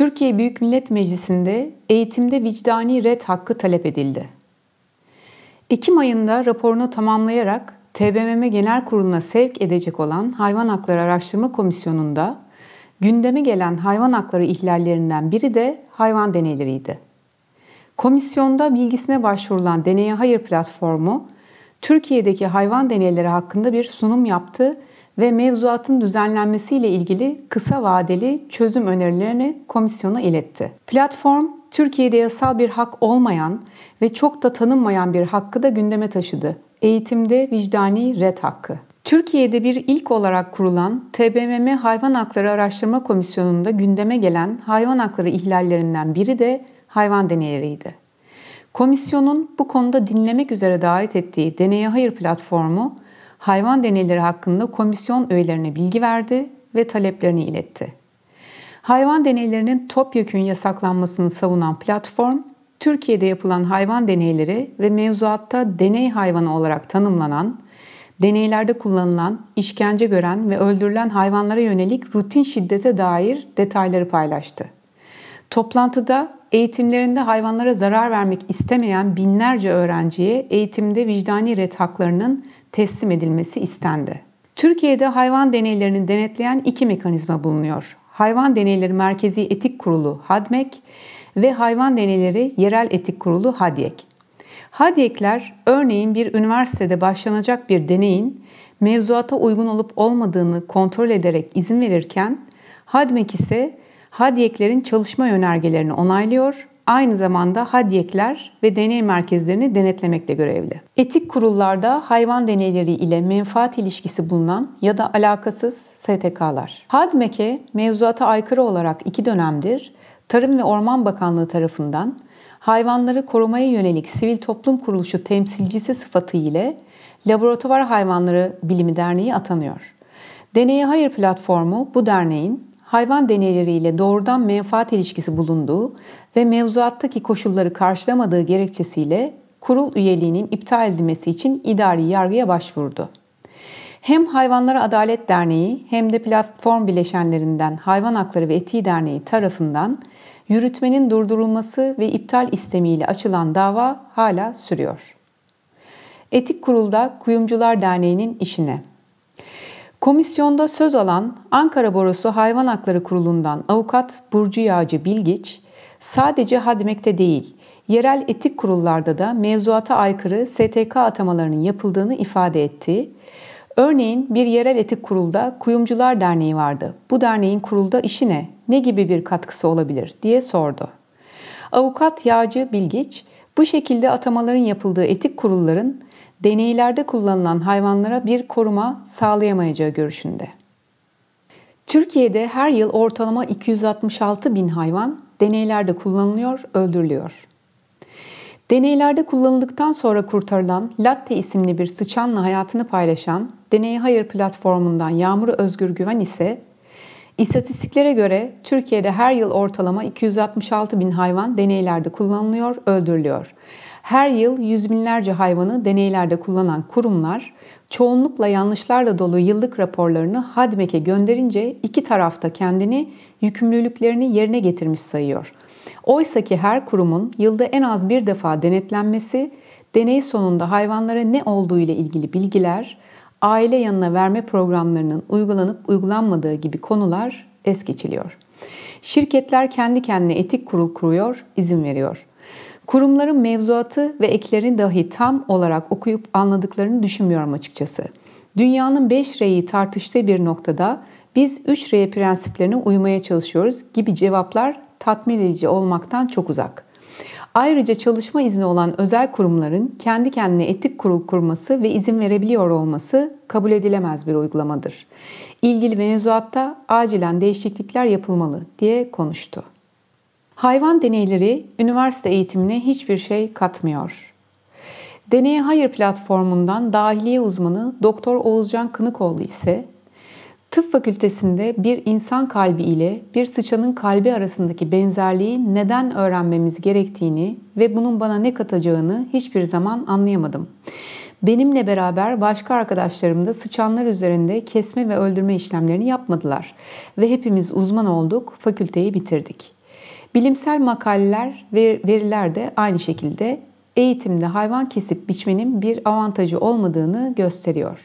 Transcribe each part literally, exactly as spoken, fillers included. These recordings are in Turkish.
Türkiye Büyük Millet Meclisi'nde eğitimde vicdani ret hakkı talep edildi. Ekim ayında raporunu tamamlayarak T B M M Genel Kurulu'na sevk edecek olan Hayvan Hakları Araştırma Komisyonu'nda gündeme gelen hayvan hakları ihlallerinden biri de hayvan deneyleriydi. Komisyonda bilgisine başvurulan Deneye Hayır platformu, Türkiye'deki hayvan deneyleri hakkında bir sunum yaptı ve mevzuatın düzenlenmesiyle ilgili kısa vadeli çözüm önerilerini komisyona iletti. Platform, Türkiye'de yasal bir hak olmayan ve çok da tanınmayan bir hakkı da gündeme taşıdı. Eğitimde vicdani ret hakkı. Türkiye'de bir ilk olarak kurulan T B M M Hayvan Hakları Araştırma Komisyonu'nda gündeme gelen hayvan hakları ihlallerinden biri de hayvan deneyleriydi. Komisyonun bu konuda dinlemek üzere davet ettiği Deneye Hayır platformu, hayvan deneyleri hakkında komisyon üyelerine bilgi verdi ve taleplerini iletti. Hayvan deneylerinin topyekün yasaklanmasını savunan platform, Türkiye'de yapılan hayvan deneyleri ve mevzuatta deney hayvanı olarak tanımlanan, deneylerde kullanılan, işkence gören ve öldürülen hayvanlara yönelik rutin şiddete dair detayları paylaştı. Toplantıda eğitimlerinde hayvanlara zarar vermek istemeyen binlerce öğrenciye eğitimde vicdani ret haklarının teslim edilmesi istendi. Türkiye'de hayvan deneylerini denetleyen iki mekanizma bulunuyor. Hayvan Deneyleri Merkezi Etik Kurulu HADMEK ve Hayvan Deneyleri Yerel Etik Kurulu HADYEK. HADYEK'ler örneğin bir üniversitede başlanacak bir deneyin mevzuata uygun olup olmadığını kontrol ederek izin verirken, HADMEK ise HADYEK'lerin çalışma yönergelerini onaylıyor, aynı zamanda HADYEK'ler ve deney merkezlerini denetlemekle görevli. Etik kurullarda hayvan deneyleri ile menfaat ilişkisi bulunan ya da alakasız S T K'lar. HADMEK'e mevzuata aykırı olarak iki dönemdir Tarım ve Orman Bakanlığı tarafından hayvanları korumaya yönelik sivil toplum kuruluşu temsilcisi sıfatı ile Laboratuvar Hayvanları Bilimi Derneği atanıyor. Deneye Hayır platformu bu derneğin hayvan deneyleriyle doğrudan menfaat ilişkisi bulunduğu ve mevzuattaki koşulları karşılamadığı gerekçesiyle kurul üyeliğinin iptal edilmesi için idari yargıya başvurdu. Hem Hayvanlara Adalet Derneği hem de platform bileşenlerinden Hayvan Hakları ve Etiği Derneği tarafından yürütmenin durdurulması ve iptal istemiyle açılan dava hala sürüyor. Etik Kurulda Kuyumcular Derneği'nin işine. Komisyonda söz alan Ankara Barosu Hayvan Hakları Kurulu'ndan avukat Burcu Yağcı Bilgiç, sadece HADMEK'te değil, yerel etik kurullarda da mevzuata aykırı S T K atamalarının yapıldığını ifade etti. Örneğin bir yerel etik kurulda Kuyumcular Derneği vardı. Bu derneğin kurulda işi ne? Ne gibi bir katkısı olabilir diye sordu. Avukat Yağcı Bilgiç, bu şekilde atamaların yapıldığı etik kurulların deneylerde kullanılan hayvanlara bir koruma sağlayamayacağı görüşünde. Türkiye'de her yıl ortalama iki yüz altmış altı bin hayvan deneylerde kullanılıyor, öldürülüyor. Deneylerde kullanıldıktan sonra kurtarılan Latte isimli bir sıçanla hayatını paylaşan Deneye Hayır platformundan Yağmur Özgür Güven ise, İstatistiklere göre Türkiye'de her yıl ortalama iki yüz altmış altı bin hayvan deneylerde kullanılıyor, öldürülüyor. Her yıl yüz binlerce hayvanı deneylerde kullanan kurumlar, çoğunlukla yanlışlarla dolu yıllık raporlarını HADMEK'e gönderince iki tarafta kendini yükümlülüklerini yerine getirmiş sayıyor. Oysa ki her kurumun yılda en az bir defa denetlenmesi, deney sonunda hayvanlara ne olduğu ile ilgili bilgiler, aile yanına verme programlarının uygulanıp uygulanmadığı gibi konular es geçiliyor. Şirketler kendi kendine etik kurul kuruyor, izin veriyor. Kurumların mevzuatı ve eklerini dahi tam olarak okuyup anladıklarını düşünmüyorum açıkçası. Dünyanın beş R'yi tartıştığı bir noktada biz üç R prensiplerine uymaya çalışıyoruz gibi cevaplar tatmin edici olmaktan çok uzak. Ayrıca çalışma izni olan özel kurumların kendi kendine etik kurul kurması ve izin verebiliyor olması kabul edilemez bir uygulamadır. İlgili mevzuatta acilen değişiklikler yapılmalı diye konuştu. Hayvan deneyleri üniversite eğitimine hiçbir şey katmıyor. Deneye Hayır platformundan dahiliye uzmanı Doktor Oğuzcan Kınıkoğlu ise, tıp fakültesinde bir insan kalbi ile bir sıçanın kalbi arasındaki benzerliği neden öğrenmemiz gerektiğini ve bunun bana ne katacağını hiçbir zaman anlayamadım. Benimle beraber başka arkadaşlarım da sıçanlar üzerinde kesme ve öldürme işlemlerini yapmadılar ve hepimiz uzman olduk, fakülteyi bitirdik. Bilimsel makaleler ve veriler de aynı şekilde eğitimde hayvan kesip biçmenin bir avantajı olmadığını gösteriyor.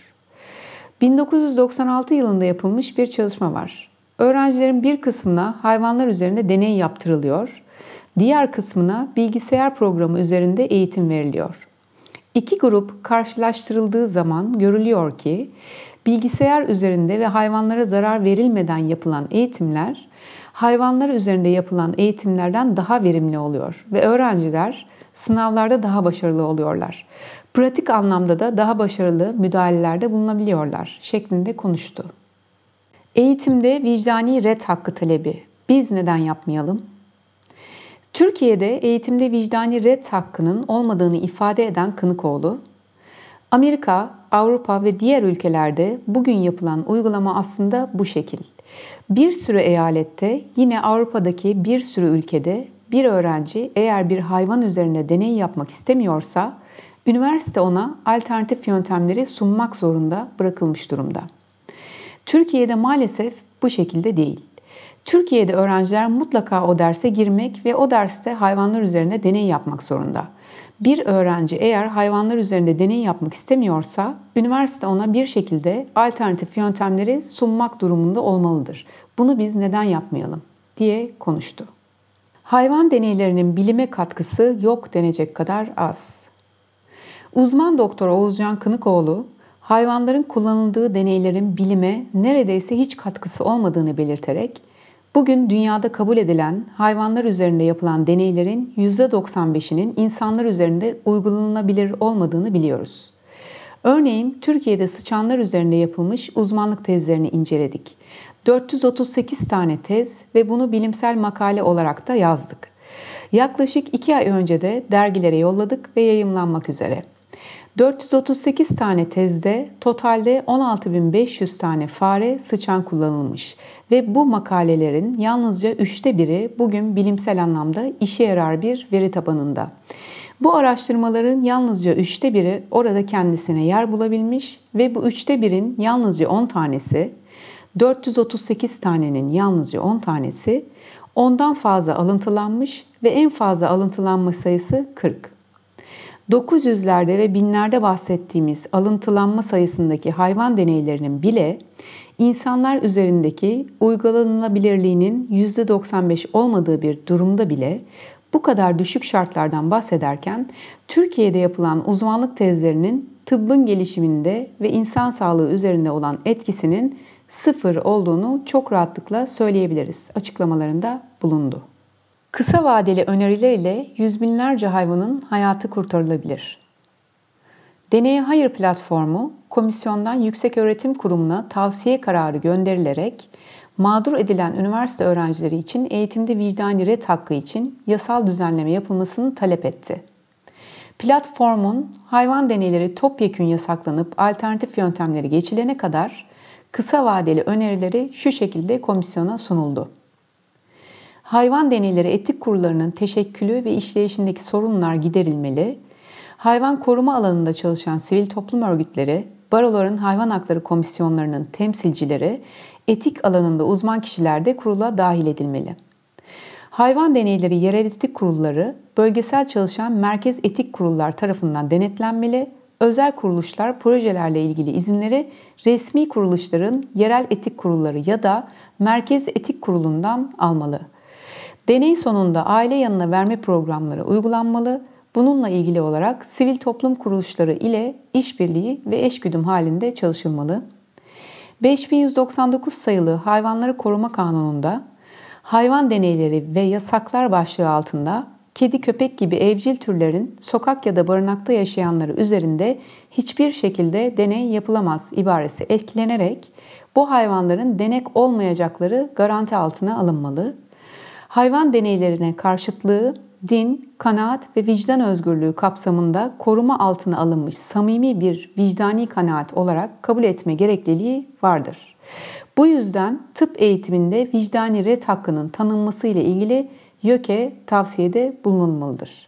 bin dokuz yüz doksan altı yılında yapılmış bir çalışma var. Öğrencilerin bir kısmına hayvanlar üzerinde deney yaptırılıyor, diğer kısmına bilgisayar programı üzerinde eğitim veriliyor. İki grup karşılaştırıldığı zaman görülüyor ki bilgisayar üzerinde ve hayvanlara zarar verilmeden yapılan eğitimler hayvanlar üzerinde yapılan eğitimlerden daha verimli oluyor ve öğrenciler sınavlarda daha başarılı oluyorlar. Pratik anlamda da daha başarılı müdahalelerde bulunabiliyorlar şeklinde konuştu. Eğitimde vicdani ret hakkı talebi. Biz neden yapmayalım? Türkiye'de eğitimde vicdani ret hakkının olmadığını ifade eden Kınıkoğlu, Amerika, Avrupa ve diğer ülkelerde bugün yapılan uygulama aslında bu şekil. Bir sürü eyalette, yine Avrupa'daki bir sürü ülkede bir öğrenci eğer bir hayvan üzerine deney yapmak istemiyorsa, üniversite ona alternatif yöntemleri sunmak zorunda bırakılmış durumda. Türkiye'de maalesef bu şekilde değil. Türkiye'de öğrenciler mutlaka o derse girmek ve o derste hayvanlar üzerinde deney yapmak zorunda. Bir öğrenci eğer hayvanlar üzerinde deney yapmak istemiyorsa, üniversite ona bir şekilde alternatif yöntemleri sunmak durumunda olmalıdır. Bunu biz neden yapmayalım diye konuştu. Hayvan deneylerinin bilime katkısı yok denecek kadar az. Uzman doktor Oğuzcan Kınıkoğlu, hayvanların kullanıldığı deneylerin bilime neredeyse hiç katkısı olmadığını belirterek, bugün dünyada kabul edilen hayvanlar üzerinde yapılan deneylerin yüzde doksan beşinin insanlar üzerinde uygulanabilir olmadığını biliyoruz. Örneğin Türkiye'de sıçanlar üzerinde yapılmış uzmanlık tezlerini inceledik. dört yüz otuz sekiz tane tez ve bunu bilimsel makale olarak da yazdık. Yaklaşık iki ay önce de dergilere yolladık ve yayımlanmak üzere. dört yüz otuz sekiz tane tezde totalde on altı bin beş yüz tane fare, sıçan kullanılmış ve bu makalelerin yalnızca üçte biri bugün bilimsel anlamda işe yarar bir veri tabanında. Bu araştırmaların yalnızca üçte biri orada kendisine yer bulabilmiş ve bu üçte birin yalnızca on tanesi, dört yüz otuz sekiz tanenin yalnızca on tanesi ondan fazla alıntılanmış ve en fazla alıntılanma sayısı kırk. dokuz yüzlerde ve binlerde bahsettiğimiz alıntılanma sayısındaki hayvan deneylerinin bile insanlar üzerindeki uygulanılabilirliğinin yüzde doksan beş olmadığı bir durumda bile bu kadar düşük şartlardan bahsederken Türkiye'de yapılan uzmanlık tezlerinin tıbbın gelişiminde ve insan sağlığı üzerinde olan etkisinin sıfır olduğunu çok rahatlıkla söyleyebiliriz açıklamalarında bulundu. Kısa vadeli öneriler ile yüz binlerce hayvanın hayatı kurtarılabilir. Deneye Hayır platformu, Komisyondan Yükseköğretim Kurumu'na tavsiye kararı gönderilerek mağdur edilen üniversite öğrencileri için eğitimde vicdani ret hakkı için yasal düzenleme yapılmasını talep etti. Platformun hayvan deneyleri topyekün yasaklanıp alternatif yöntemleri geçilene kadar kısa vadeli önerileri şu şekilde komisyona sunuldu. Hayvan deneyleri etik kurullarının teşekkülü ve işleyişindeki sorunlar giderilmeli, hayvan koruma alanında çalışan sivil toplum örgütleri, baroların hayvan hakları komisyonlarının temsilcileri, etik alanında uzman kişiler de kurula dahil edilmeli. Hayvan deneyleri yerel etik kurulları, bölgesel çalışan merkez etik kurullar tarafından denetlenmeli, özel kuruluşlar projelerle ilgili izinleri resmi kuruluşların yerel etik kurulları ya da merkez etik kurulundan almalı. Deney sonunda aile yanına verme programları uygulanmalı. Bununla ilgili olarak sivil toplum kuruluşları ile işbirliği ve eşgüdüm halinde çalışılmalı. beş bin yüz doksan dokuz sayılı Hayvanları Koruma Kanunu'nda hayvan deneyleri ve yasaklar başlığı altında kedi, köpek gibi evcil türlerin sokak ya da barınakta yaşayanları üzerinde hiçbir şekilde deney yapılamaz ibaresi eklenerek bu hayvanların denek olmayacakları garanti altına alınmalı. Hayvan deneylerine karşıtlığı, din, kanaat ve vicdan özgürlüğü kapsamında koruma altına alınmış samimi bir vicdani kanaat olarak kabul etme gerekliliği vardır. Bu yüzden tıp eğitiminde vicdani ret hakkının tanınması ile ilgili YÖK'e tavsiyede bulunulmalıdır.